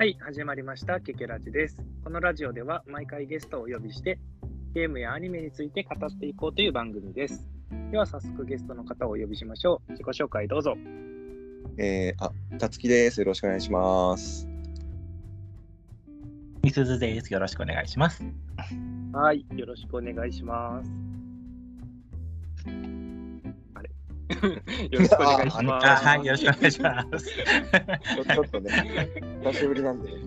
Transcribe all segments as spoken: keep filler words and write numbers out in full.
はい、始まりました。ケケラジです。このラジオでは毎回ゲストをお呼びしてゲームやアニメについて語っていこうという番組です。では早速ゲストの方をお呼びしましょう。自己紹介どうぞ。 えー、あ、たつきです。よろしくお願いします。 みすずです。よろしくお願いします。 はい、よろしくお願いします。あれよろしくお願いします。 あ、はい、よろしくお願いします。 ちょっとね、久しぶりなんでね。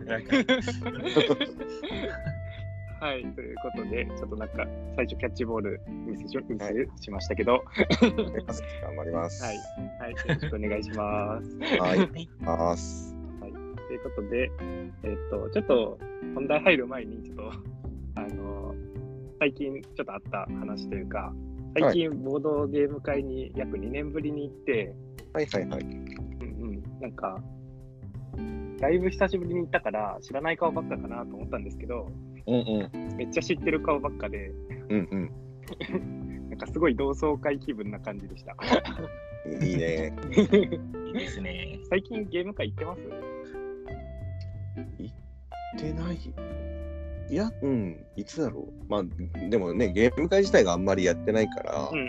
はい、ということで、ちょっとなんか最初キャッチボールミス し, ミスしましたけど、 頑張ります。 はい、はい、よろしくお願いします。 はい、ます。 はい、ということで、えっと、ちょっと本題入る前に、ちょっと、あの、最近ちょっとあった話というか、最近ボードゲーム会に約にねんぶりに行って、 はいはいはい。 うんうん、なんか、だいぶ久しぶりに行ったから知らない顔ばっかかなと思ったんですけど、 うんうん、 めっちゃ知ってる顔ばっかで、 うんうん、 なんかすごい同窓会気分な感じでした。 いいね。 いいですね。 最近ゲーム会行ってます？ 行ってない。いや、うん、いつだろう。まあ、でもね、ゲーム会自体があんまりやってないから、 うんうんうん。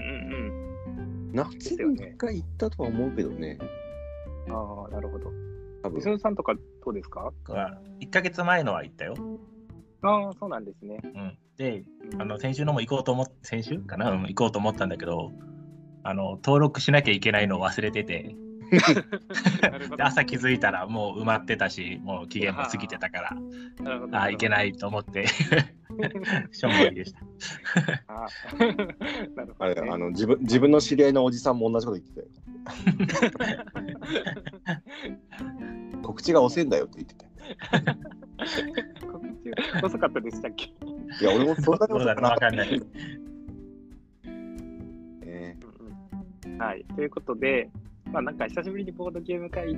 夏に一回行ったとは思うけどね。 ああ、なるほど。 多分。 みすずさんとかどうですか？ いっかげつまえのは行ったよ。 ああ、そうなんですね。 うん、で、あの先週のも行こうと思っ先週かな、うん、行こうと思ったんだけど、あの登録しなきゃいけないのを忘れてて、で朝気づいたらもう埋まってたし、もう期限も過ぎてたから、ああ、いけないと思って、しょんぼりでした。 あなるほど、ね、あれあの自分、自分の知り合いのおじさんも同じこと言ってたよ。告知が遅いんだよって言ってた。 告知が遅かったでしたっけ？ いや、俺もそんなに遅かったな。 わかんない。 えーうんうん、はい、ということで、まあなんか久しぶりにボードゲーム会行って、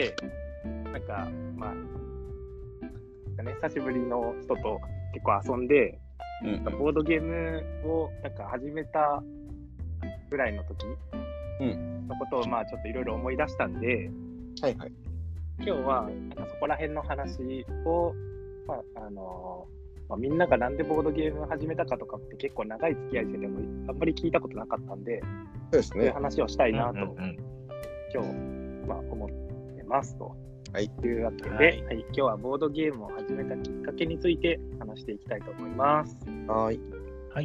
なんかまあ、ね、久しぶりの人と結構遊んで、うん、ボードゲームをなんか始めたぐらいの時のことをまあちょっといろいろ思い出したんで、 はいはい。 今日はなんかそこら辺の話を、まああのまあ、みんながなんでボードゲームを始めたかとかって結構長い付き合いしててもあんまり聞いたことなかったんで、 そうですね、 そういう話をしたいなと、 うんうんうん、 今日、まあ、思ってますと、 はい、 いうわけで、はいはい、今日はボードゲームを始めたきっかけについて話していきたいと思います。 はい。 はい。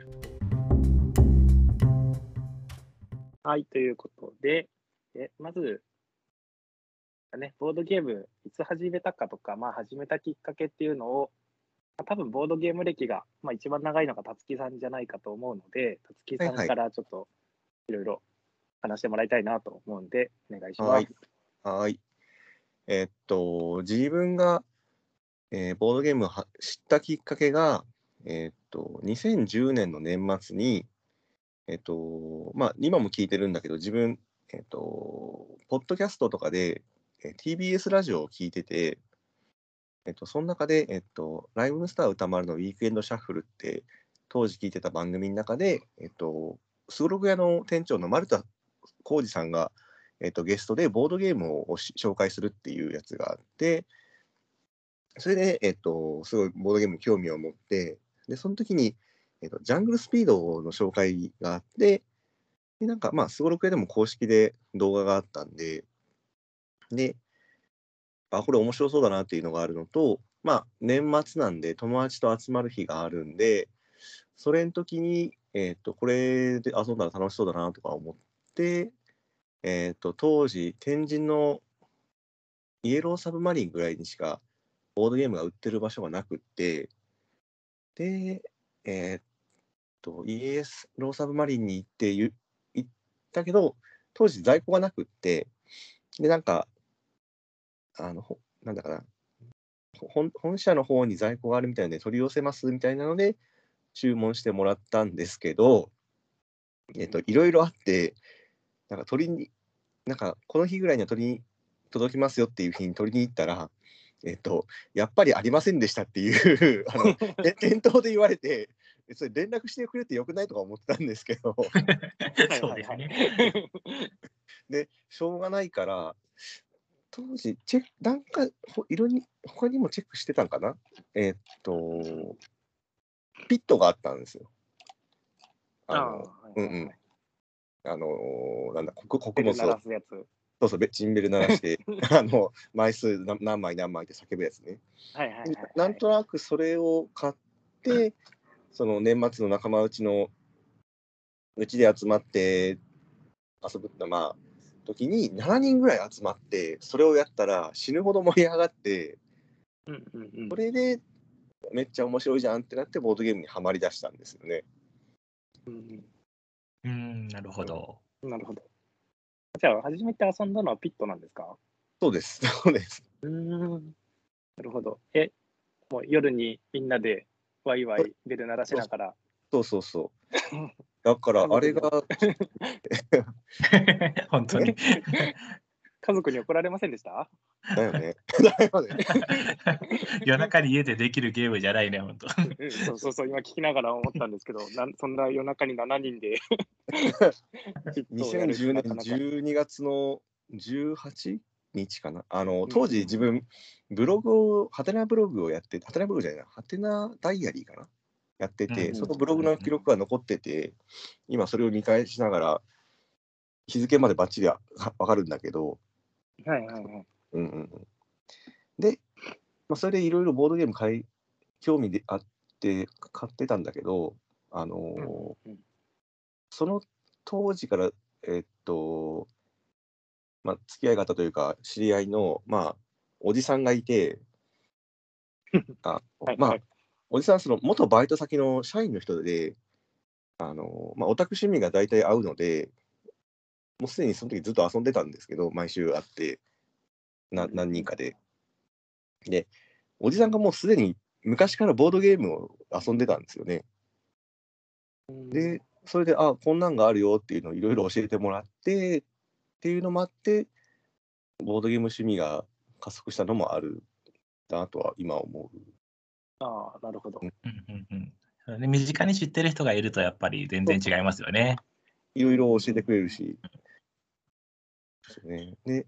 はい、ということで、でまず、ね、ボードゲームいつ始めたかとか、まあ、始めたきっかけっていうのを、まあ、多分ボードゲーム歴が、まあ、一番長いのがたつきさんじゃないかと思うので、たつきさんからちょっといろいろ話してもらいたいなと思うんで、お願いします。 はい。はい。えー、っと、自分が、えー、ボードゲームを知ったきっかけが、えー、っと、にせんじゅうねんの年末に、えー、っと、まあ、今も聞いてるんだけど、自分、えー、っと、ポッドキャストとかで、ティービーエス ラジオを聞いてて、えっと、その中で、えっと、ライムスター歌丸のウィークエンドシャッフルって当時聞いてた番組の中で、えっと、スゴロク屋の店長の丸田浩二さんが、えっと、ゲストでボードゲームを紹介するっていうやつがあって、それで、えっと、すごいボードゲームに興味を持って、で、その時に、えっと、ジャングルスピードの紹介があって、で、なんか、まあ、スゴロク屋でも公式で動画があったんで、で、あ、これ面白そうだなっていうのがあるのと、まあ、年末なんで友達と集まる日があるんで、それの時に、えっと、これで遊んだら楽しそうだなとか思って、えっと、当時、天神のイエローサブマリンぐらいにしかボードゲームが売ってる場所がなくって、で、えっと、イエローサブマリンに行って行ったけど、当時在庫がなくって、で、なんか、あの、なんだかな、本, 本社の方に在庫があるみたいなので取り寄せますみたいなので注文してもらったんですけど、えっと、いろいろあって、なんか取りに、なんかこの日ぐらいには取りに届きますよっていう日に取りに行ったら、えっと、やっぱりありませんでしたっていうあの店頭で言われて、それ連絡してくれてよくないとか思ってたんですけどそうですね。 で、しょうがないから、 当時、チェック、なんか、ほいろに、他にもチェックしてたんかな。えーっと、ピットがあったんですよ。あああ、 の、 はいうんうん。 はいはい。 あのーなんだ、穀穀ベル物を、 鳴らすやつ。 そうそう、べチンベル鳴らして、あの、枚数な何枚何枚って叫ぶやつね。 はいはいはい、はい。 なんとなくそれを買って、その年末の仲間内のうちで集まって遊ぶまあ時にしちにんぐらい集まってそれをやったら死ぬほど盛り上がって、 うんうんうん、 それでめっちゃ面白いじゃんってなってボードゲームにはまりだしたんですよね。 うんうん、なるほど。 うん、なるほど。じゃあ初めて遊んだのはピットなんですか？ そうです、そうです。 うーん、なるほど。え、もう夜にみんなでワイワイベル鳴らしながら。 そうそうそう。だからあれが本当に。 家族に怒られませんでした？ だよね。だよね。 夜中に家でできるゲームじゃないね、本当。 うん、そうそうそう、今聞きながら思ったんですけど、なんそんな夜中にしちにんでピットをやる 2010年ってなかなか。 じゅうにがつのじゅうはちにちかな。あのうん当時自分ブログをハテナブログをやってハテナブログじゃないなハテナダイアリーかなやってて、 うんそのブログの記録が残ってて、今それを見返しながら日付までバッチリわかるんだけど、 はいはいはい。 うんうんうん、で、まあ、それでいろいろボードゲーム買い興味であって買ってたんだけど、あのーうんうんうん、 その当時からえっとまあ、付き合い方というか知り合いの、まあ、おじさんがいてあ、まあ、 はいはい。 おじさんはその元バイト先の社員の人で、あのまあ、オタク趣味が大体合うので、もうすでにその時ずっと遊んでたんですけど、毎週会ってな何人かで。で、おじさんがもうすでに昔からボードゲームを遊んでたんですよね。で、それで、あ、こんなんがあるよっていうのをいろいろ教えてもらってっていうのもあって、ボードゲーム趣味が加速したのもあるなとは今思う。 ああ、なるほど。 うんうんうん。それで身近に知ってる人がいるとやっぱり全然違いますよね。 いろいろ教えてくれるし。ですね。で、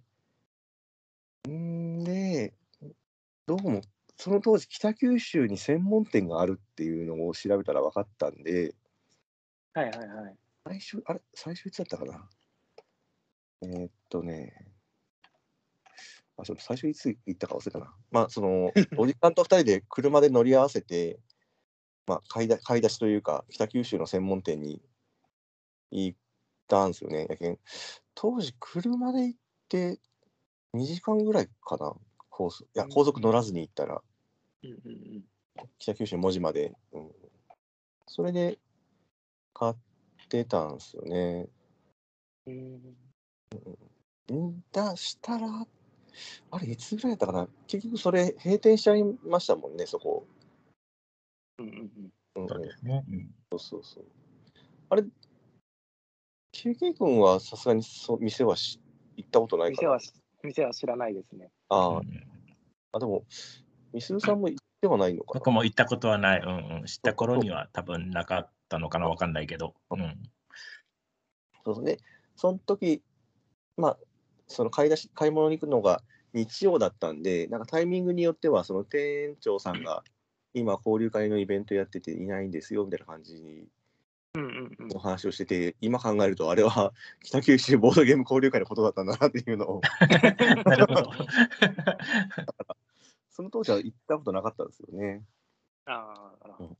んで、どうも、その当時、北九州に専門店があるっていうのを調べたら分かったんで、 はいはいはい。 最初、あれ、最初いつだったかな。えーっとね、あ、ちょっと最初いつ行ったか忘れたな。まあ、その、おじさんとふたりで車で乗り合わせて、まあ、買いだ買い出しというか、北九州の専門店に行ったんですよね。やけん当時、車で行ってにじかんぐらいかな、高速。いや、高速乗らずに行ったら、 うんうんうん。 北九州の門司まで。うん、それで買ってたんですよね。 うん。 んだしたら、あれ、いつぐらいだったかな。結局、それ、閉店しちゃいましたもんね、そこ。 うんうんうん。 うんうん、 そうですね。うん、 そうそうそう。あれ、ケーケー 君はさすがにそ店はし行ったことないかな。 店はし店は知らないですね。 ああ、 うん、 あ、でも、みするさんも行ってはないのかな。 僕も行ったことはない。うんうん。知った頃そうには多分なかったのかな、わかんないけど。うん。 そうそうね。その時、まあ、その買い出し、買い物に行くのが日曜だったんで、なんかタイミングによっては、その店長さんが、今、交流会のイベントやってていないんですよみたいな感じにうんうんうん。 お話をしてて、今考えると、あれは北九州ボードゲーム交流会のことだったんだなっていうのをなるほど。 その当時は行ったことなかったんですよね。 ああ、なるほど。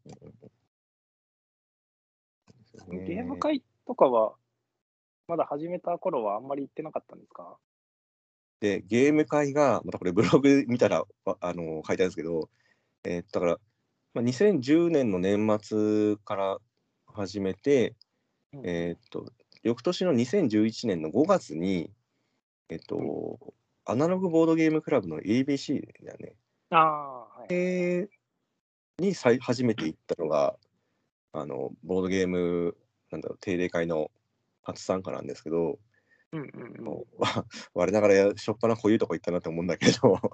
うんうんうん、 ゲーム会とかは、まだ始めた頃はあんまり行ってなかったんですか？ で、ゲーム会が、またこれブログ見たらああの書いてあるんですけど、えー、だから、まあ、にせんじゅうねんの年末から始めて、 うんうん、 えー、っと翌年のにせんじゅういちねんのごがつに、えっと、うん、アナログボードゲームクラブの エービーシー だね。 ああ、はい。 えー、にさい初めて行ったのが、あのボードゲームなんだろう定例会の初参加なんですけど、 うんうんうん、 我ながらしょっぱなこういうとこ行ったなって思うんだけど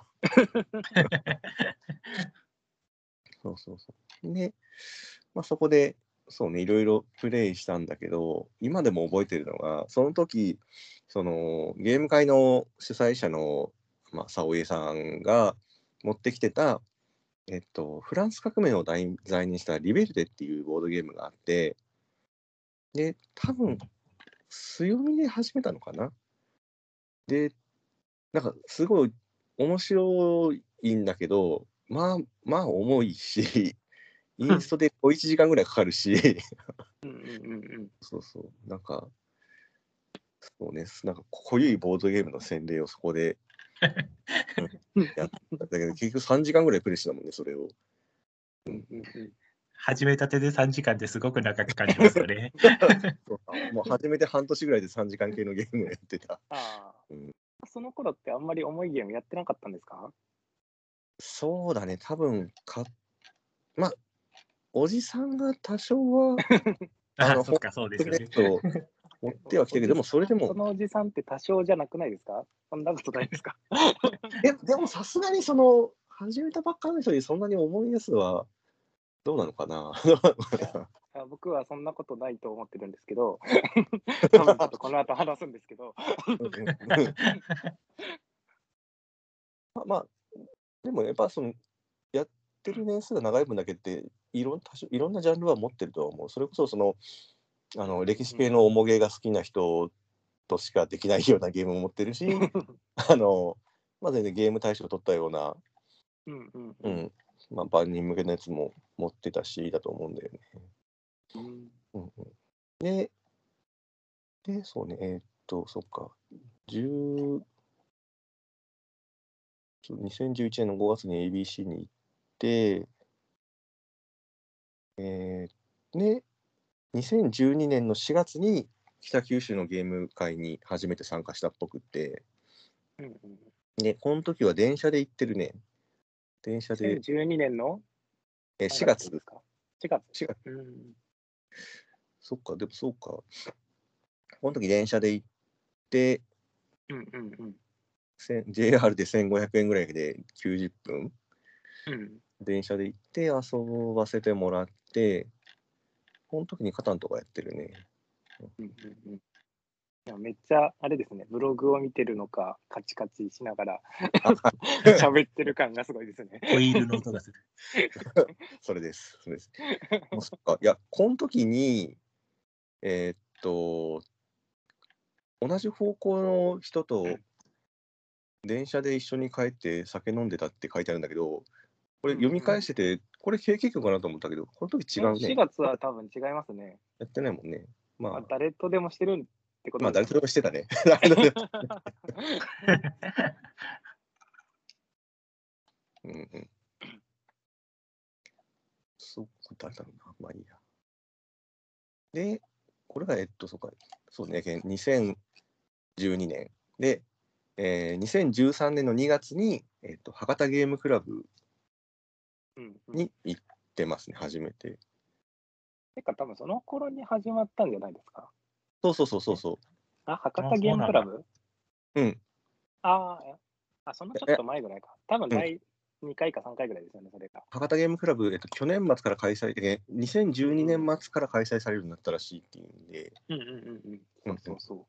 そうそうそう。で、まあ、そこでそうねいろいろプレイしたんだけど、今でも覚えてるのがその時そのゲーム会の主催者のまあ、沙織さんが持ってきてた、えっと、フランス革命を題材にしたリベルテっていうボードゲームがあって、で、多分、強みで始めたのかな。で、なんかすごい面白いんだけど、まあまあ重いし、インストで小いちじかんぐらいかかるし、 うんうんうんうん。 そうそう、なんか、そうね、なんか濃いボードゲームの洗礼をそこで、うん、やったんだけど、結局さんじかんぐらいプレイしたもんね、それを。 うんうんうん始めたてでさんじかんってすごく長く感じますよね。 そうかもう初めて半年ぐらいでさんじかん系のゲームをやってた。 ああ、 うんその頃ってあんまり重いゲームやってなかったんですか？ そうだね、多分か、まあ、おじさんが多少は、ああ、 の、 そっか、そうですよね。 と持ってはきてるけど、でもそれでも、 そのおじさんって多少じゃなくないですか？そんなことないですか？ えでもさすがにその、始めたばっかの人にそんなに重いやつは、どうなのかな。どうなのかなあ僕はそんなことないと思ってるんですけど、多分ちょっとこの後話すんですけど、 まあ、まあ、でもやっぱその、やってる年数が長い分だけっていろん多種いろんなジャンルは持ってるとは思う。それこそその、あの歴史系の重げが好きな人としかできないようなゲームを持ってるし、あの、まあ、全然ゲーム大賞を取ったような、 うんうんううんん、まあ、万人向けのやつも持ってたし、だと思うんだよね。 うんうんうん、で、で、そうね、えーっと、そっか、じゅうにせんじゅういちねんのごがつに エービーシー に行って、えー、で、にせんじゅうにねんのしがつに北九州のゲーム会に初めて参加したっぽくって、 うんうんで、この時は電車で行ってるね。電車で、 にせんじゅうにねんのえしがつ。 ですか？しがつ。 しがつ。 うんそっか、でもそうか。この時電車で行って、 うんうんうんせん ジェイアール でせんごひゃくえんぐらいできゅうじゅっぷん、 うん電車で行って遊ばせてもらって、この時にカタンとかやってるね。 うんうんうんいやめっちゃあれですね、ブログを見てるのか、カチカチしながら喋ってる感がすごいですね。 ホイールの音がする。 それです。それです。もうそっか。いや、この時に、えーっと、同じ方向の人と電車で一緒に帰って酒飲んでたって書いてあるんだけど、これ読み返してて、これ経験曲かなと思ったけど、この時違うしね。 がつは多分違いますね。 やってないもんね。まああ、 誰とでもしてるってことまあ、誰ですとでもしてたね。誰とでもうんうん。そうだったのな。まあいいや。で、これが、えっと、そうか、そうね、にせんじゅうにねんで、えー、にせんじゅうさんねんのにがつに、えっと、博多ゲームクラブうんうんに行ってますね、初めて。 てか多分その頃に始まったんじゃないですか。 そうそうそうそうそあ、博多ゲームクラブう。うん。 あーあ、そのちょっと前ぐらいか。多分うん第にかいかさんかいぐらいですよね、それが。 博多ゲームクラブ、えっと、去年末から開催で、にせんじゅうにねん末から開催されるようになったらしいっていうんで、 うんうんうんうん。そうそうそう。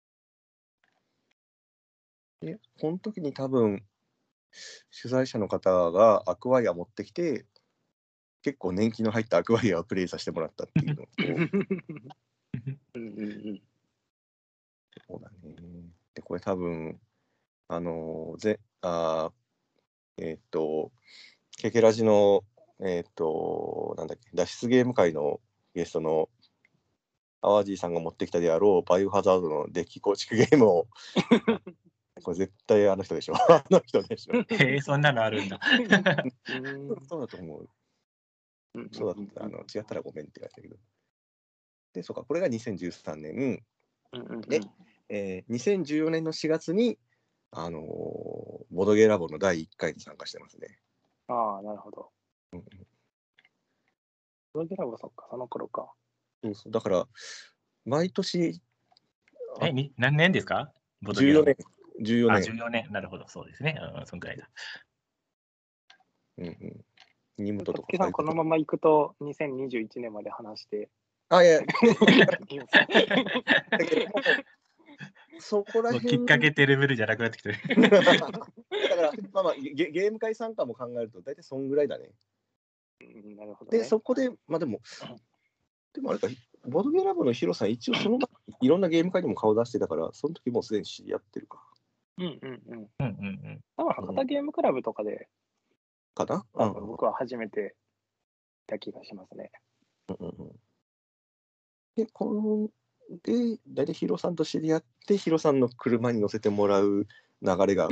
で、この時に多分、主催者の方がアクワイア持ってきて、結構年季の入ったアクワイアをプレイさせてもらったっていうのと、 うんうんうん。 そうだね。で、これ多分、あの、ぜ、あーえーっと、ケケラジの、えーっと、なんだっけ、脱出ゲーム会のゲストの淡路さんが持ってきたであろうバイオハザードのデッキ構築ゲームを、これ絶対あの人でしょ。あの人でしょ。 へえ、そんなのあるんだ。 そうだと思う。 うんそうだった。あの、違ったらごめんって言われたけど。で、そうか、これがにせんじゅうさんねん。 うんうんうんで、えー、にせんじゅうよねんのしがつに、あのーボドゲラボのだいいっかいに参加してますね。 ああ、なるほど。 うんうんプロゲラボそっか、その頃か。 そうそうだから、毎年、あえ、に何年ですか？ボト 14 ゲラボ年、14 あ、 年。 じゅうよねん。なるほど、そうですね。うん、そんくらいだ。 うんうん。ニムトとかたつきさん、このまま行くとにせんにじゅういちねんまで話して。 あ、いや、 だけどそこらもう辺きっかけってレベルじゃなくなってきてる。 からまあまあゲ、ゲーム会参加も考えると大体そんぐらいだね。 うん、なるほどね。 で、そこで、まあでも、でもあれか、ボードゲーラボのヒロさん、一応そのいろんなゲーム会にも顔出してたから、その時もうすでに知り合ってるか。 うんうんうん。 うんうんうん。 多分博多ゲームクラブとかで、 かな、 多分僕は初めて行った気がしますね。 うんうんうん、で、この、で、大体ヒロさんと知り合って、ヒロさんの車に乗せてもらう流れが。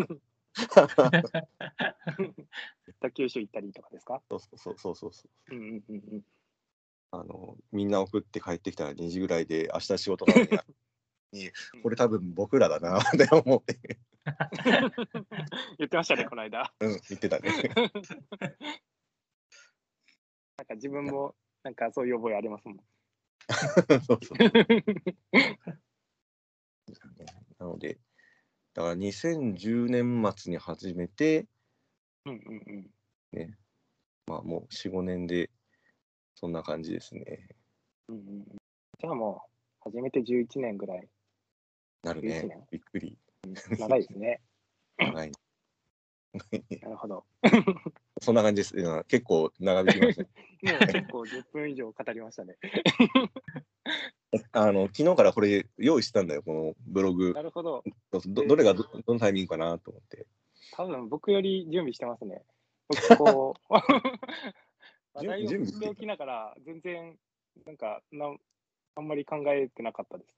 北九州行ったりとかですか？ そうそうそうそうそう。 うんうんうんうん。 あのみんな送って帰ってきたらにじぐらいで、明日仕事なのに、これ多分僕らだなって思って。 言ってましたね、この間。 うん、言ってたね。 なんか自分もなんかそういう覚えありますもん。 そうそう。なので、だからにせんじゅうねん末に始めて、 うんうんうん。 ね、まあもうよん、ごねんでそんな感じですね。 うんうんうん、じゃあもう始めてじゅういちねんぐらい。 なるね。びっくり。 長いですね。 長い。 なるほど。 そんな感じです。結構長引きました。 もう結構じゅっぷん以上語りましたね。 あの昨日からこれ用意してたんだよ、このブログ。 なるほど。 ど, どれが ど, どのタイミングかなと思って。 多分僕より準備してますね。僕こう話題を振っておきながら全然なんかなあんまり考えてなかったです。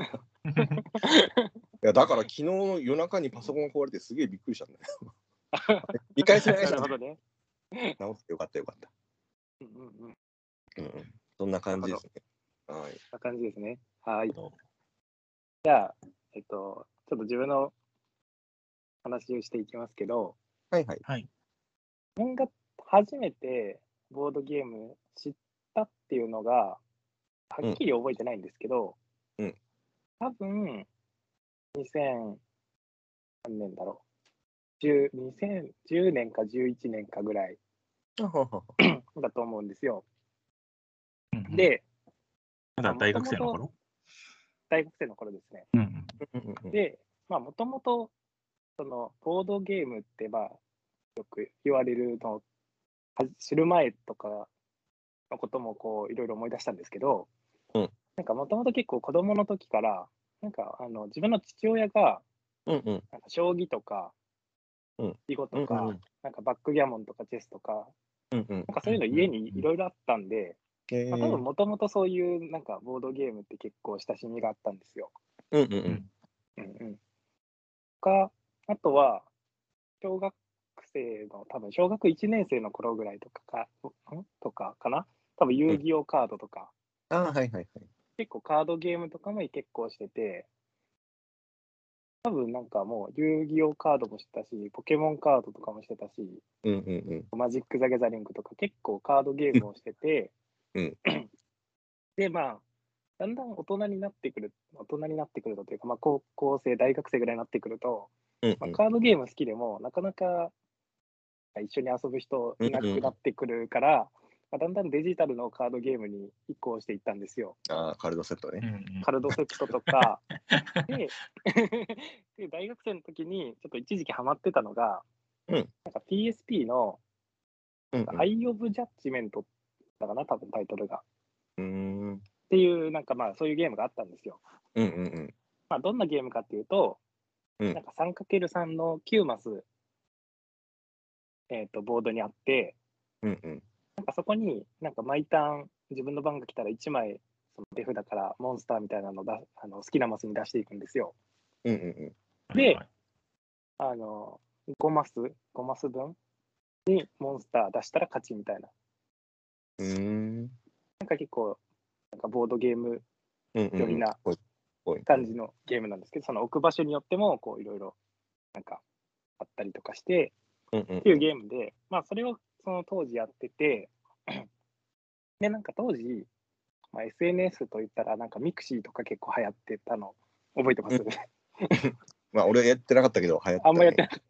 いやだから昨日夜中にパソコンが壊れてすげえびっくりしたんだよ。見返せないじゃん。 なるほどね。 直してよかったよかった。 うんうんうん。 うんうん、そんな感じですね。はい。 そんな感じですね。はい。じゃあ、えっと、ちょっと自分の話をしていきますけど、 はいはい。 はい。 自分が初めてボードゲーム知ったっていうのが、はっきり覚えてないんですけど、 うん、 多分、にせん何年だろう。にせんじゅうねんかじゅういちねんかぐらいだと思うんですよ。 うんうん、 で、 まだ大学生の頃？ 大学生の頃ですね。 うんうん、で、まあ、もともと、その、ボードゲームって、まあ、よく言われるのを知る前とかのことも、こう、いろいろ思い出したんですけど、 うん、 なんか、もともと結構子供の時から、なんか、あの、自分の父親が、 うんうん、 なんか将棋とか、囲碁とか、うんうん、なんかバックギャモンとかチェスとか、 うんうん、 なんかそういうの家にいろいろあったんで、 うんうん、 まあ、多分もともとそういうなんかボードゲームって結構親しみがあったんですよ。 うんうんうん。 うんうん。か、あとは、小学生の多分小学いちねん生の頃ぐらいとかか、んとかかな、多分遊戯王カードとか、 うん、ああ、はいはいはい。 結構カードゲームとかも結構してて、多分なんかもう遊戯王カードもしてたし、ポケモンカードとかもしてたし、 うんうんうん、 マジック・ザ・ギャザリングとか結構カードゲームをしてて、 うん、 で、まあ、だんだん大人になってくる、大人になってくるとというか、まあ、高校生、大学生ぐらいになってくると、 うんうん、 まあ、カードゲーム好きでも、なかなか一緒に遊ぶ人いなくなってくるから、うんうん、まあ、だんだんデジタルのカードゲームに移行していったんですよ。 ああ、カルドセットね。 うんうん、カルドセットとか。でで、大学生の時にちょっと一時期ハマってたのが、 うん、 なんか ピーエスピー の、 うんうん、 アイ・オブ・ジャッジメントだかな、多分タイトルが。 うーんっていう、なんかまあそういうゲームがあったんですよ。 うんうんうん。 まあ、どんなゲームかっていうと、うん、なんか さんかけるさん のきゅうマス、えーと、ボードにあって、 うんうん、 なんかそこになんか毎ターン自分の番が来たらいちまいその手札からモンスターみたいなのをあの好きなマスに出していくんですよ。 うんうんうん、 で、あのごマス、ごマス分にモンスター出したら勝ちみたいな。 うーん。 なんか結構なんかボードゲーム寄りな感じのゲームなんですけど、その置く場所によってもこういろいろなんかあったりとかして、 うんうんうん、 っていうゲームで、まあそれをその当時やってて、でなんか当時、まあ、エスエヌエス といったらなんかミクシーとか結構流行ってたの覚えてます？うん、 まあ俺やってなかったけど流行ってた、ね、 あんまやってなかった。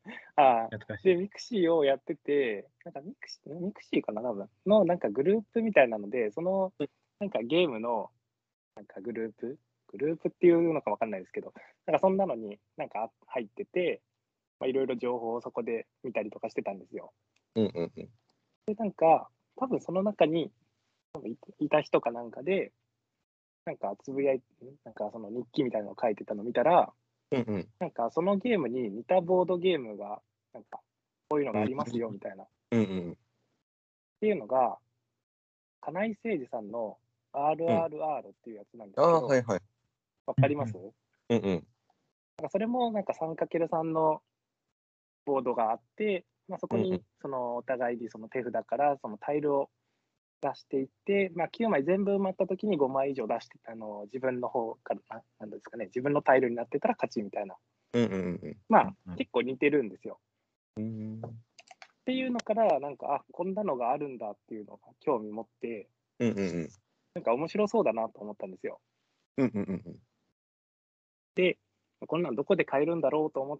ああ。でミクシーをやってて、なんかミクシーミクシーかな多分のなんかグループみたいなので、そのなんかゲームのなんかグループグループっていうのかわかんないですけど、なんかそんなのになんか入ってて、 まあ、いろいろ情報をそこで見たりとかしてたんですよ。 うんうんうん。 で、なんか、多分その中にいいた人かなんかで、なんかつぶやいて、なんかその日記みたいなのを書いてたのを見たら、 うんうん。 なんかそのゲームに似たボードゲームが、なんかこういうのがありますよみたいな。っうんうんていうのが、金井誠司さんの アールアールアール っていうやつなんでああ、 すけど、 はいはい。 わかります？ うんうんうん。 なんかそれもなんか スリーかけるスリー のボードがあって、まあ、そこうんうんにそのお互いにその手札からそのタイルを出していって、まあ、きゅうまい全部埋まった時にごまい以上出してあの自分の方からななんですかね、自分のタイルになってたら勝ちみたいな、 うんうんうんまあうん結構似てるんですよ。 うんっていうのからなんか、あ、こんなのがあるんだっていうのが興味持って、 うんうんなんか面白そうだなと思ったんですよ。 うんうんうんで、こんなんどこで買えるんだろうと思って、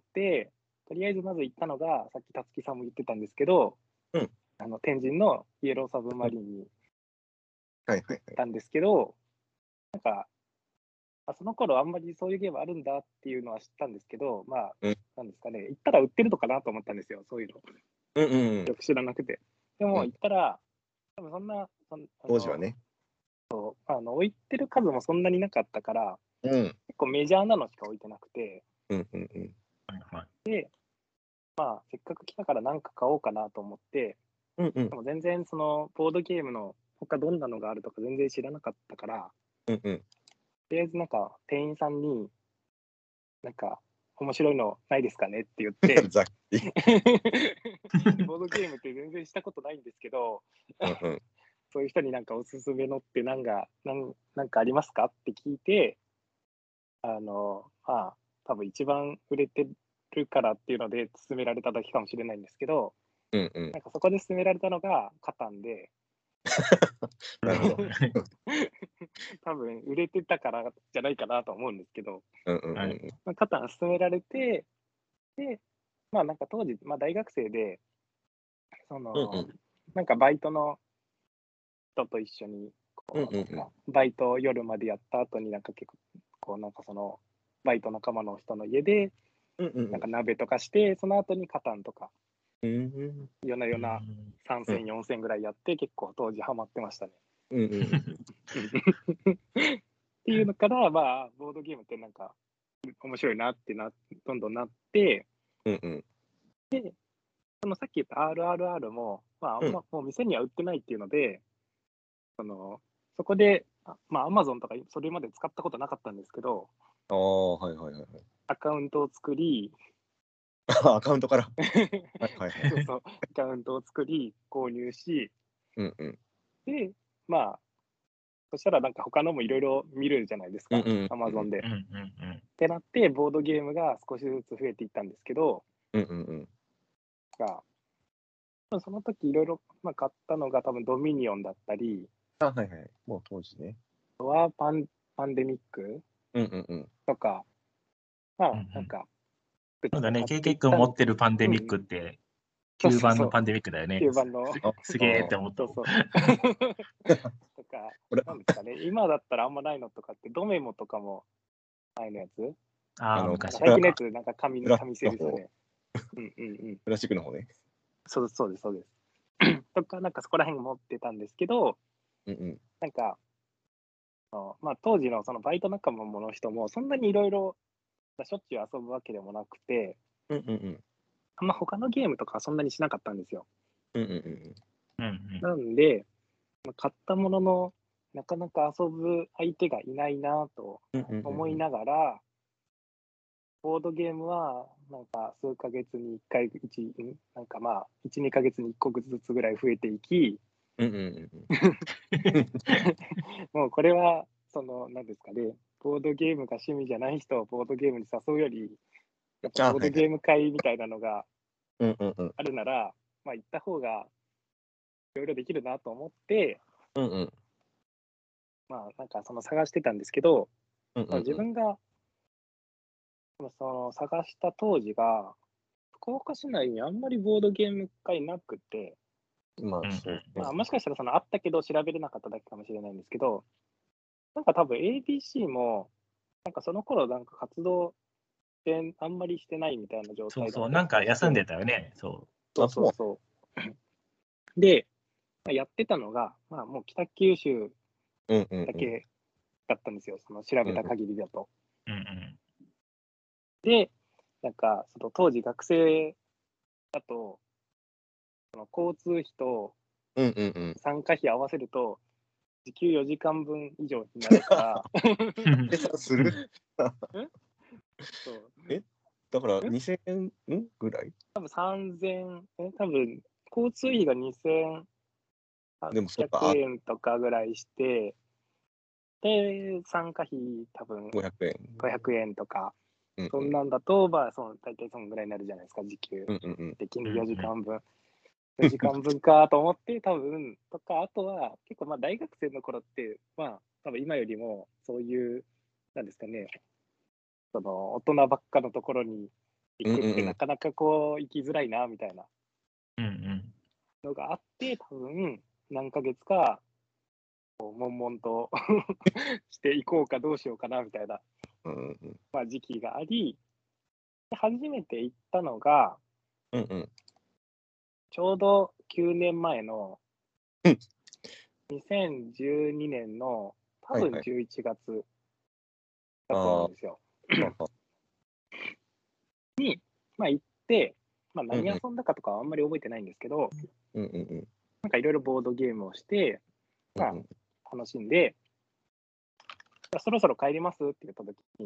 とりあえずまず行ったのが、さっきたつきさんも言ってたんですけど、 うんあの天神のイエローサブマリンにはいはいはい。 行ったんですけど、なんか、あその頃あんまりそういうゲームあるんだっていうのは知ったんですけど、まあ、 うんなんですかね、行ったら売ってるのかなと思ったんですよ、そういうの。 うんうんうん。 よく知らなくて。でもうん行ったら、多分そんな、そんあの当時はね。 あの置いてる数もそんなになかったから、 うん結構メジャーなのしか置いてなくて、 うんうんうんはいはい。 まあ、せっかく来たから何か買おうかなと思って、 うんうんでも全然そのボードゲームの他どんなのがあるとか全然知らなかったから、 うんうん。 とりあえずなんか店員さんに、なんか面白いのないですかねって言って、 ざっくり。 ボードゲームって全然したことないんですけど、 うんうんそういう人になんかおすすめのってなんか、なんなんかありますかって聞いて、あの、まあ、多分一番売れてるからっていうので勧められただけかもしれないんですけど、 うんうん。 なんかそこで勧められたのがカタンで、 なるほど。 多分売れてたからじゃないかなと思うんですけど、 うんうんうんはいまあ、カタン勧められて、で、まあなんか当時、まあ大学生で、その、 うんうんなんかバイトの人と一緒に、こう、 うんうんうんなんかバイト夜までやった後になんか結構、こうなんかその、バイト仲間の人の家で、 うんうんなんか鍋とかして、その後にカタンとか、 うん夜な夜なうんさん戦、よん戦ぐらいやって、結構当時ハマってましたね。 うんうんっていうのから、まあ、ボードゲームってなんか、面白いなってな、どんどんなって、 うんうんそのさっき言った アールアールアール も、まあ、あんまもう店には売ってないっていうので、その、そこで、あまあ、アマゾンとかそれまで使ったことなかったんですけど、 ああ、はいはいはいはい。 アカウントを作り、 あアカウントから。はいはいはい。 そうそう、アカウントを作り、購入し、 うんうんで、まあ、そしたらなんか他のもいろいろ見るじゃないですか、 うんうんアマゾンで。っうんうんてなって、ボードゲームが少しずつ増えていったんですけど、 うんうんうん。 がその時いろいろまあ買ったのが多分ドミニオンだったり、 あ、はいはい。もう当時ね。 あとはパンパンデミックうんうんうん。 とか、まうんうんあなんか、 そうだね、 買ケっイていケイ君持ってるパンデミッうんクってそうそうそうきゅうばんのパンデミックだよね。 きゅうばんのすあすげえって思ったもん。 そうそう。とか、 これなんですかね、今だったらあんまないのとかって、ドメモとかも前のやつああ、 あの昔最近のやか。 つ、なんか紙プラ紙製ですよね。うんうんうん。 プラスチックの方ね。 そうそうです、そうです。とか、なんかそこら辺持ってたんですけど、 うんうん。 なんか、あのまあ、当時のそのバイト仲間の人も、そんなにいろいろしょっちゅう遊ぶわけでもなくて、 うんうんうん。 あんま他のゲームとかはそんなにしなかったんですよ。 うんうんうん。 うんうんなんで、まあ買ったものの、なかなか遊ぶ相手がいないなとうんうんうん思いながら、ボードゲームはなんか数ヶ月にいっかい、一んなんかまあ、いち、にかげつにいっこずつぐらい増えていき、 うんうんうん。 もうこれは、その、なんですかね、ボードゲームが趣味じゃない人をボードゲームに誘うより、やっぱあ、はいはい。 ボードゲーム会みたいなのがうんうんうん。 あるなら、まあ行った方がいろいろできるなと思って、 うんうん。 まあなんかその探してたんですけど、 うんうん自分がその探した当時が、福岡市内にあんまりボードゲーム会なくて、 うん。まあ、 うんうんそうね。 まあもしかしたらそのあったけど調べれなかっただけかもしれないんですけど、なんか多分 エービーシー も、なんかその頃なんか活動してあんまりしてないみたいな状態だった。 そうそう、なんか休んでたよね。そそうそうそう。で、まあ、やってたのが、まあ、もう北九州うんうんうん。 だけだったんですよ、その調べた限りだと。 う。うんうん。 で、なんか、その当時学生だと、その交通費とうんうんうん。 参加費合わせると、時給よじかんぶん以上になるから、 計算するそうえだからんにせんえんぐらい多分さんぜん、え、多分交通費がにせん800 でもそっか、あ円とかぐらいして、で、参加費多分ごひゃくえん。 ごひゃくえんとか、 うんそんなんだと、まあ、その大体そのぐらいになるじゃないですか、時給うんうんうん。 的によじかんぶん。よじかんぶんかと思って、多分とか、あとは結構まあ大学生の頃って、まあ、多分今よりもそういう、なんですかね、その大人ばっかのところに行くってなかなかこう行きづらいなみたいなうんうん。 のがあって、多分何ヶ月かこう悶々としていこうかどうしようかなみたいな、 うんうんまあ、時期があり、初めて行ったのが、 うんうんちょうどきゅうねんまえのうんにせんじゅうにねんの多分はいはいじゅういちがつあだと思あうんですよ。 ははに、まあ、行って、まあ、何うんうん遊んだかとかはあんまり覚えてないんですけど、 うんうんうんなんかいろいろボードゲームをして、まうんあ、楽しんで、そろそろ帰りますって言ったときに、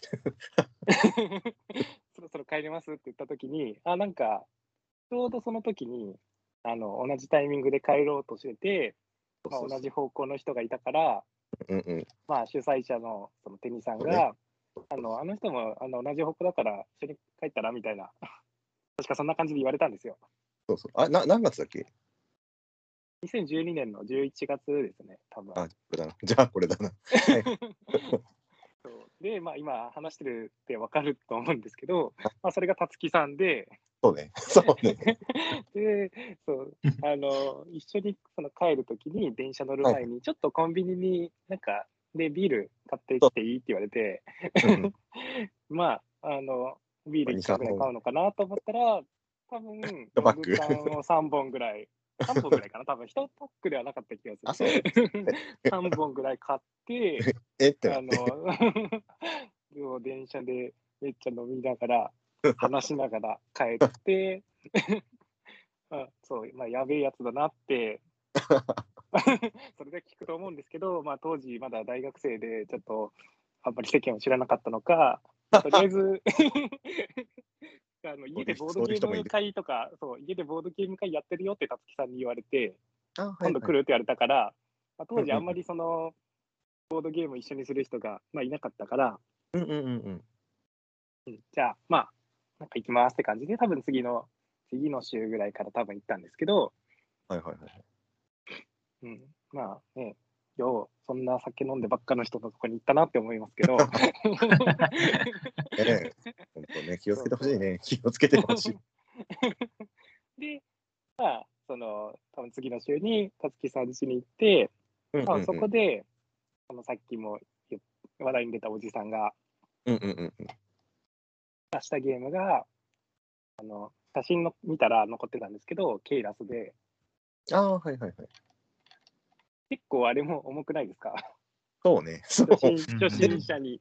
そろそろ帰りますって言ったときに、あ、なんか、ちょうどその時に、あの、同じタイミングで帰ろうとしてて、まあ、同じ方向の人がいたから、 うんうんまあ、主催者のそのテニさんが、あの、あの人もあの同じ方向だから一緒に帰ったらみたいな、確かそんな感じで言われたんですよ。 そうそう。あ、な、何月だっけにせんじゅうにねんのじゅういちがつですね、多分。 あ、これだな。じゃあこれだな。はいそうで、まあ、今話してるって分かると思うんですけど、まあ、それがたつきさんで、 そうね。そうね。 で、そうあの一緒にその帰るときに電車乗るはい前に、ちょっとコンビニになんかでビール買ってきていいって言われて、 うんうんまあ、あのビールいっかんぐらい買うのかなと思ったら、多分ロングバッグ缶をさんぼんぐらい、さんぼんぐらいかな、多分いちパックではなかった気があ、 する。 そう。 さんぼんぐらい買って、 えってなって。 あの、もう電車でめっちゃ飲みながら、話しながら帰って、あそう、まあ、やべえやつだなってそれで聞くと思うんですけど、まあ、当時まだ大学生で、ちょっとあんまり世間を知らなかったのか、とりあえずあの家でボードゲーム会とか、そう家でボードゲーム会やってるよってたつきさんに言われて、 あ、はい今度はい。 来るって言われたから、まあ、当時うんうんあんまりそのボードゲーム一緒にする人が、まあ、いなかったから、 うんうんうんうん。 うんじゃあ、まあ、なんか行きますって感じで、多分次の、次の週ぐらいから多分行ったんですけど、 はいはいはい。 うん、まあね、よう、そんな酒飲んでばっかの人のとこに行ったなって思いますけど。 ええ、本当ね、気をつけてほしいね。気をつけてほしい。 で、まあ、その、多分次の週に、たつきさん家に行って、 うんうんうんまあ、そこで、そのさっきも言っ話題に出たおじさんがうんうんうんうん。 出したゲームが、あの、写真の見たら残ってたんですけど、ケイラスで、 ああ、はいはいはい。 結構あれも重くないですか？ そうね。そう。 初心初心者に。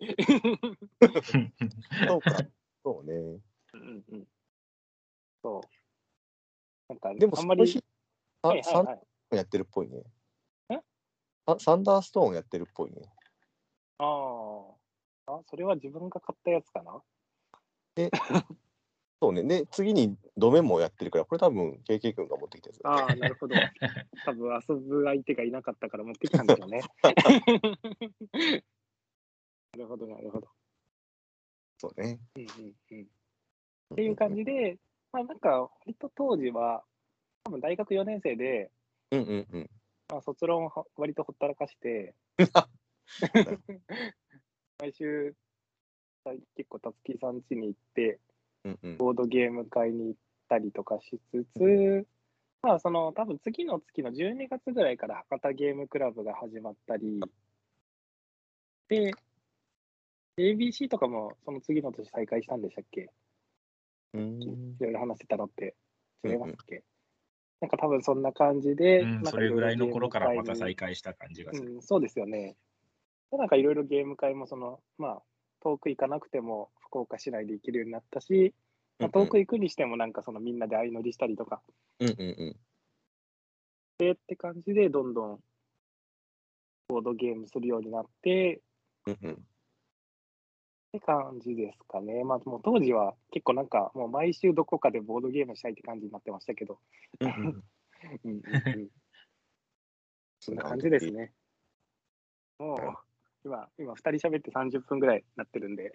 そうか。そうね。 うんうん。そう。なんか、 でも、 あんまり、 あ、 はいはいサンはい。 やってるっぽいね。 んあ、サンダーストーンやってるっぽいね。 ああ。あ、それは自分が買ったやつかな？ で、そうね。で、次にドメもやってるから、これ多分、ケーケー 君が持ってきたやつだね。 ああ、なるほど。多分遊ぶ相手がいなかったから持ってきたんでしょうね。なるほど、なるほど。 そうね。 うんうんうん。っていう感じで、まあなんか、割と当時は、多分大学よねん生で、 うんうんうん。 まあ、卒論を割とほったらかして、毎週、結構、たつきさん家に行って、 うんうん。 ボードゲーム会に行ったりとかしつつ、まあ、その、多分次の月のじゅうにがつぐらいから博多ゲームクラブが始まったり、で、 エービーシー とかもその次の年再開したんでしたっけ？ うーん。 いろいろ話してたのって違いますっけ？ うんなんか多分そんな感じで、 うん、 なんそれぐらいのかいろいろゲーム会頃からまた再に、 開した感じがする。 うん、そうですよね。でなんかいろいろゲーム会もその、まあ、遠く行かなくても福岡市内で行けるようになったし、まあ、遠く行くにしてもなんかそのみんなで相乗りしたりとかうんうんうん。 でって感じでどんどんボードゲームするようになってうんうん。 って感じですかね。まあもう当時は結構なんかもう毎週どこかでボードゲームしたいって感じになってましたけど。 うんうんうんうんうんうん。そんな感じですね。もう今、今ふたり喋ってさんじゅっぷんぐらいなってるんで。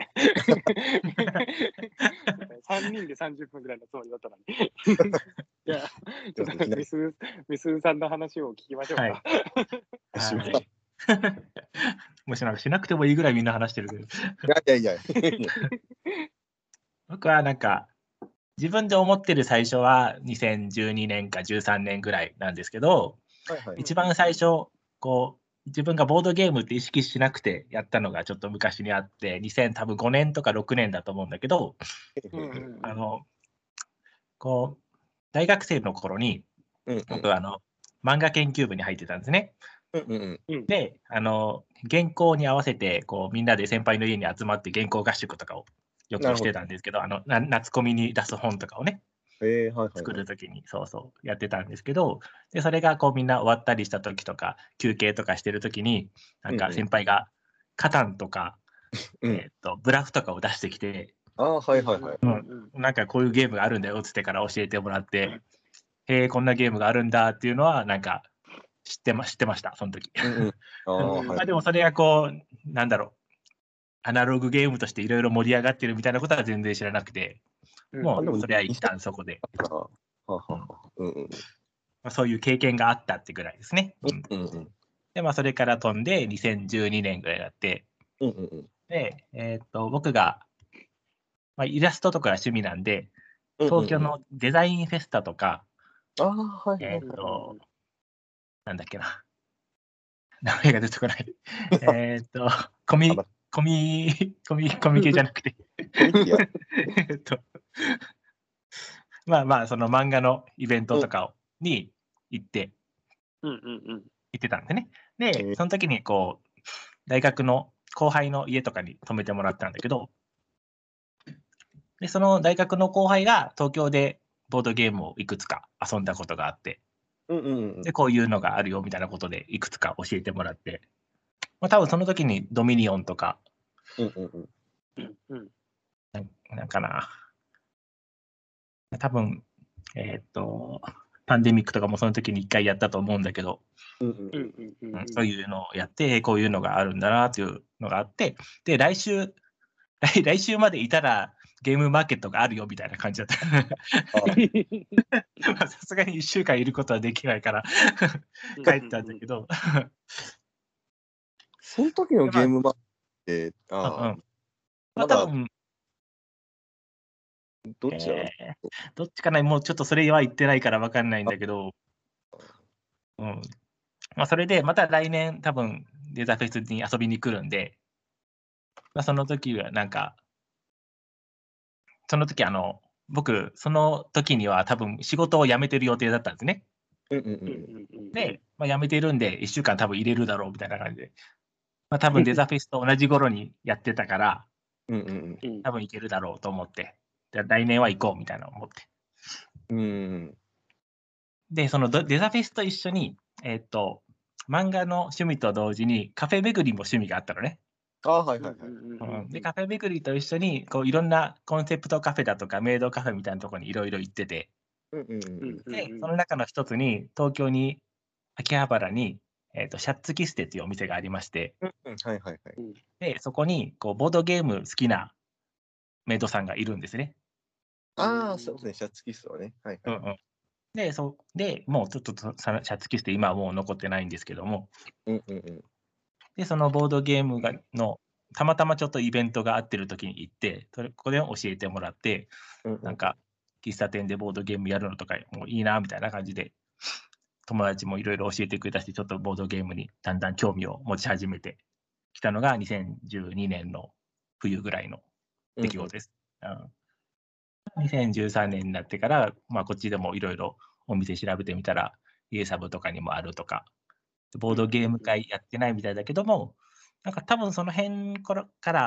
さんにんでさんじゅっぷんぐらいのつもりだったのに。いや、ちょっとみすう、みすうさんの話を聞きましょうか。 はいしまはいもしなんかしなくてもいいぐらいみんな話してるけど。 いやいやいや。 僕はなんか、自分で思ってる最初はにせんじゅうにねんかじゅうさんねんぐらいなんですけど、 はいはい。 一番最初、こう、自分がボードゲームって意識しなくてやったのがちょっと昔にあって、にせん多分ごねんとかろくねんだと思うんだけど、 うんうんうんあの、こう、大学生の頃に、 うんうん僕はあの、漫画研究部に入ってたんですね。 うんうんうんで、あの、原稿に合わせて、こう、みんなで先輩の家に集まって原稿合宿とかをよくしてたんですけど、あの、な夏コミに出す本とかをね、 えー、はいはいはい。 作るときに、そうそう、やってたんですけど、で、それがこうみんな終わったりしたときとか、休憩とかしてるときに、なんかうんうん先輩が、カタンとか、 うんえっと、ブラフとかを出してきて、 ああ、はいはいはい。 うんなんかこういうゲームがあるんだよっつってから教えてもらって、へえ、こんなゲームがあるんだっていうのは、なんか知ってま知ってました、その時。 うんうん。ああ、 うんはい。 まあでもそれがこう、なんだろう、アナログゲームとしていろいろ盛り上がってるみたいなことは全然知らなくて、もあでもうそれは一旦そこで、 ああ、はあはあはあ。うんうんまあ、そういう経験があったってぐらいですね。うんうんうんで、まあそれから飛んでにせんじゅうにねんぐらいになって、 うんうんうんで、えーっと、僕が、まあ、イラストとかが趣味なんで、 うんうんうん東京のデザインフェスタとか、 ああ、はいはいえはい。 ーっと、なんだっけな、名前が出てこない。えーっと、コミ、コミ、コミ、コミケじゃなくて、 コミティアえっと、まあまあ、その漫画のイベントとかをに行って、 うんうんうん行ってたんですね。 へで、 えその時にこう、大学の後輩の家とかに泊めてもらったんだけど、で、その大学の後輩が東京でボードゲームをいくつか遊んだことがあって、 うんうんうんで、こういうのがあるよみたいなことでいくつか教えてもらって、まあ、多分その時にドミニオンとか、 うんうんうんうんうんなんなんかな、多分、えーっと、パンデミックとかもその時に一回やったと思うんだけど、 うんうんうんうんうんうんそういうのをやって、こういうのがあるんだなっていうのがあって、で、来週、来来週までいたらゲームマーケットがあるよみたいな感じだった。まあさすがにいっしゅうかんいることはできないから帰ったんだけど、 その時のゲームマって、あうんうんあ、 まあまだ多分、 どっちだろうえーどっちかな、もうちょっとそれは言ってないから分かんないんだけど、うんまあ、それでまた来年多分デザフェスに遊びに来るんで、まあ、その時はなんか、その時あの、僕、その時には多分仕事を辞めてる予定だったんですね。 うんうんううんんうんで、まあ、辞めてるんでいっしゅうかん多分入れるだろうみたいな感じで、まあ、多分デザフェスと同じ頃にやってたから、 うんうんうん多分いけるだろうと思って、じゃあ来年は行こうみたいなのを思って。 うんうんで、そのドデザフェスと一緒に、えーっと、漫画の趣味と同時にカフェ巡りも趣味があったのね。 ああ、はいはいはい。 うん、で、カフェ巡りと一緒に、こういろんなコンセプトカフェだとか、メイドカフェみたいなところにいろいろ行ってて、 うんうんうんで、その中の一つに、東京に、秋葉原に、えーっと、シャッツキステっていうお店がありまして、 うんうんはいはいはい。 で、そこに、こう、ボードゲーム好きなメイドさんがいるんですね。 ああ、そうですね、シャツキスはね。はいはい。 うんうん。で、そで、もうちょっととさシャツキステ今はもう残ってないんですけども、 うんうんうん。 で、そのボードゲームがの、たまたまちょっとイベントがあってる時に行って、それここで教えてもらって、 うんうんなんか、喫茶店でボードゲームやるのとかもういいなみたいな感じで、友達もいろいろ教えてくれたし、ちょっとボードゲームにだんだん興味を持ち始めてきたのがにせんじゅうにねんの冬ぐらいの出来事です。うんうん、にせんじゅうさんねんになってから、まあ、こっちでもいろいろお店調べてみたら、家サブとかにもあるとか、ボードゲーム会やってないみたいだけども、なんか多分その辺から、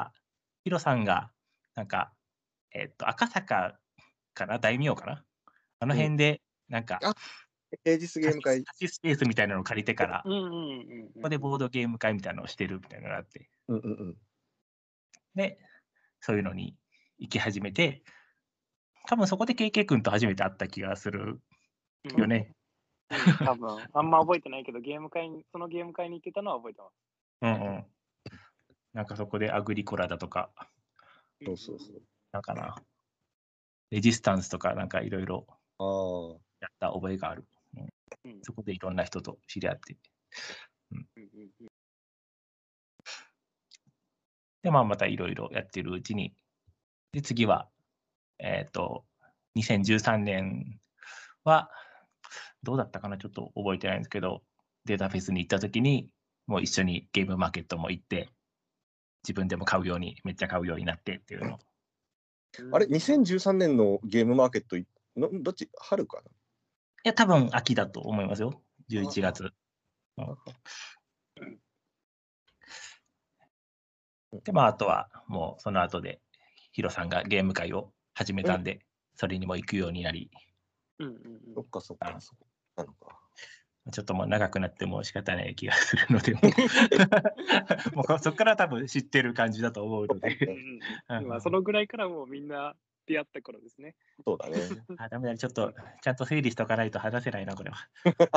ヒロさんが、なんか、えっと、赤坂かな、大名かな、あの辺で、なんか、 あ、平日ゲーム会。 貸しスペースみたいなのを借りてから、 うんうんうんうん、 ここでボードゲーム会みたいなのをしてるみたいなのがあって、 うんうんうん、 で、そういうのに行き始めて、多分そこで ケーケー 君と初めて会った気がするよね。 うんうん、多分あんま覚えてないけど、ゲーム会に、そのゲーム会に行ってたのは覚えてます。 うんうん。なんかそこでアグリコラだとか、 そうそうそう。 なんかな、レジスタンスとかなんかいろいろやった覚えがある。うん、そこでいろんな人と知り合って。うんうんうん、で、まあまたいろいろやってるうちに、で、次は、えっと、にせんじゅうさんねんは、どうだったかな、ちょっと覚えてないんですけど、データフェスに行ったときに、もう一緒にゲームマーケットも行って、自分でも買うように、めっちゃ買うようになってっていうの。 あれ、にせんじゅうさんねんのゲームマーケットの、どっち、春かな？いや、多分秋だと思いますよ、じゅういちがつ。うん、で、まあ、あとはもうその後で、ヒロさんがゲーム会を始めたんで、うん、それにも行くようになり。 うんうんうん、そっかそっか、そっかなのか。 ちょっともう長くなっても仕方ない気がするので、もう、もうそこから多分知ってる感じだと思うので。 うんうん、まあそのぐらいからもうみんな出会った頃ですね。 そうだね。 あ、ダメだ、ちょっとちゃんと整理しとかないと話せないな、これは。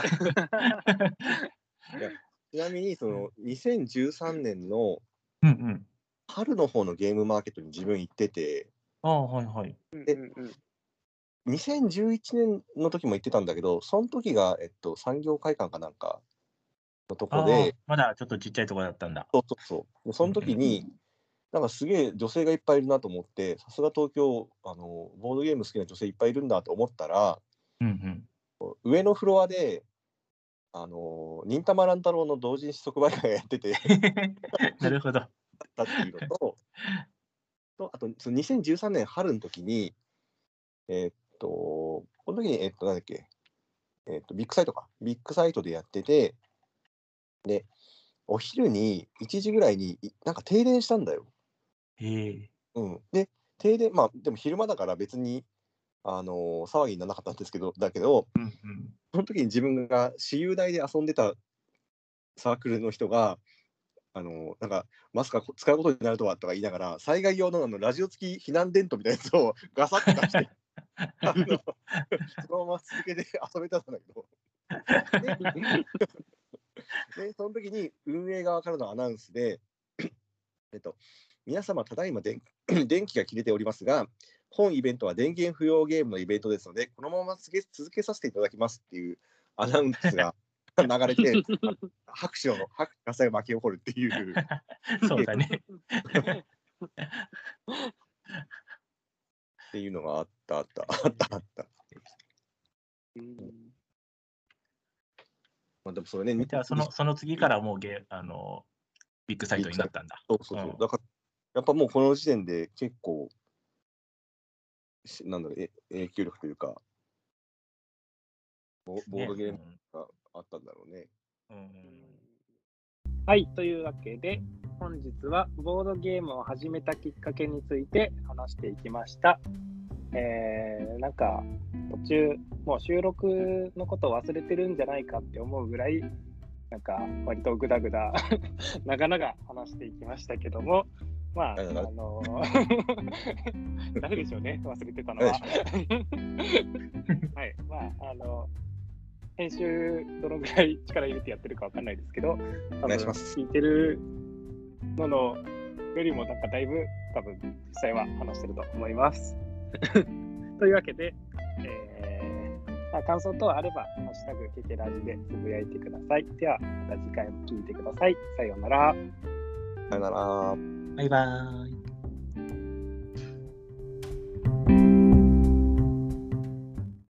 いや、ちなみにそのにせんじゅうさんねんの春の方のゲームマーケットに自分行ってて、 ああ、はいはい。 で、にせんじゅういちねんの時も行ってたんだけど、その時が、えっと、産業会館かなんかのとこで、 まだちょっとちっちゃいところだったんだ。 そうそうそう。その時に、なんかすげえ女性がいっぱいいるなと思って、さすが東京、あの、ボードゲーム好きな女性いっぱいいるんだと思ったら、 うんうん、上のフロアで、あの、忍たま乱太郎の同人誌即売会がやってて、 なるほど。 だっていうのと、とあと、そのにせんじゅうさんねん春の時に、えー、っと、この時に、えー、っと、なんだっけ、えー、っと、ビッグサイトか、ビッグサイトでやってて、で、お昼にいちじぐらいになんか停電したんだよ。 へえ。 うん。で、停電、まあ、でも昼間だから別に、あのー、騒ぎにならなかったんですけど、だけど、 うんうん、 その時に自分が私有台で遊んでたサークルの人が、あのー、なんか、まさか使うことになるとはとか言いながら、災害用のあのラジオ付き避難電灯みたいなやつをガサッと出して、あのそのまま続けて遊べたんだけど。で、その時に運営側からのアナウンスで、えっと、皆様、ただいま電電気が切れておりますが、本イベントは電源不要ゲームのイベントですので、このまま続けさせていただきますっていうアナウンスが流れて、拍手の拍手が巻き起こるっていう。 そうだね。 っていうのがあったあったあったあった。うん、まあ、でもそれね、 じゃあそのその次からもうゲあのビッグサイトになったんだ。 そうそうそう。うん、だからやっぱもうこの時点で結構なんだろう、え影響力というかボ、ボードゲームがあったんだろうね。うんうん、 はい、というわけで本日はボードゲームを始めたきっかけについて話していきました。えー、なんか途中もう収録のことを忘れてるんじゃないかって思うぐらいなんか割とグダグダ長々話していきましたけども、まああの誰でしょうね、忘れてたのははい、まああの編集どのぐらい力入れてやってるかわかんないですけど、多分聞いてるののよりもなんかだいぶ多分実際は話してると思いますというわけで、えーまあ、感想等あればハッシュタグケケラジでつぶやいてください。ではまた次回も聞いてください。さようなら。 さようなら。 バイバーイ。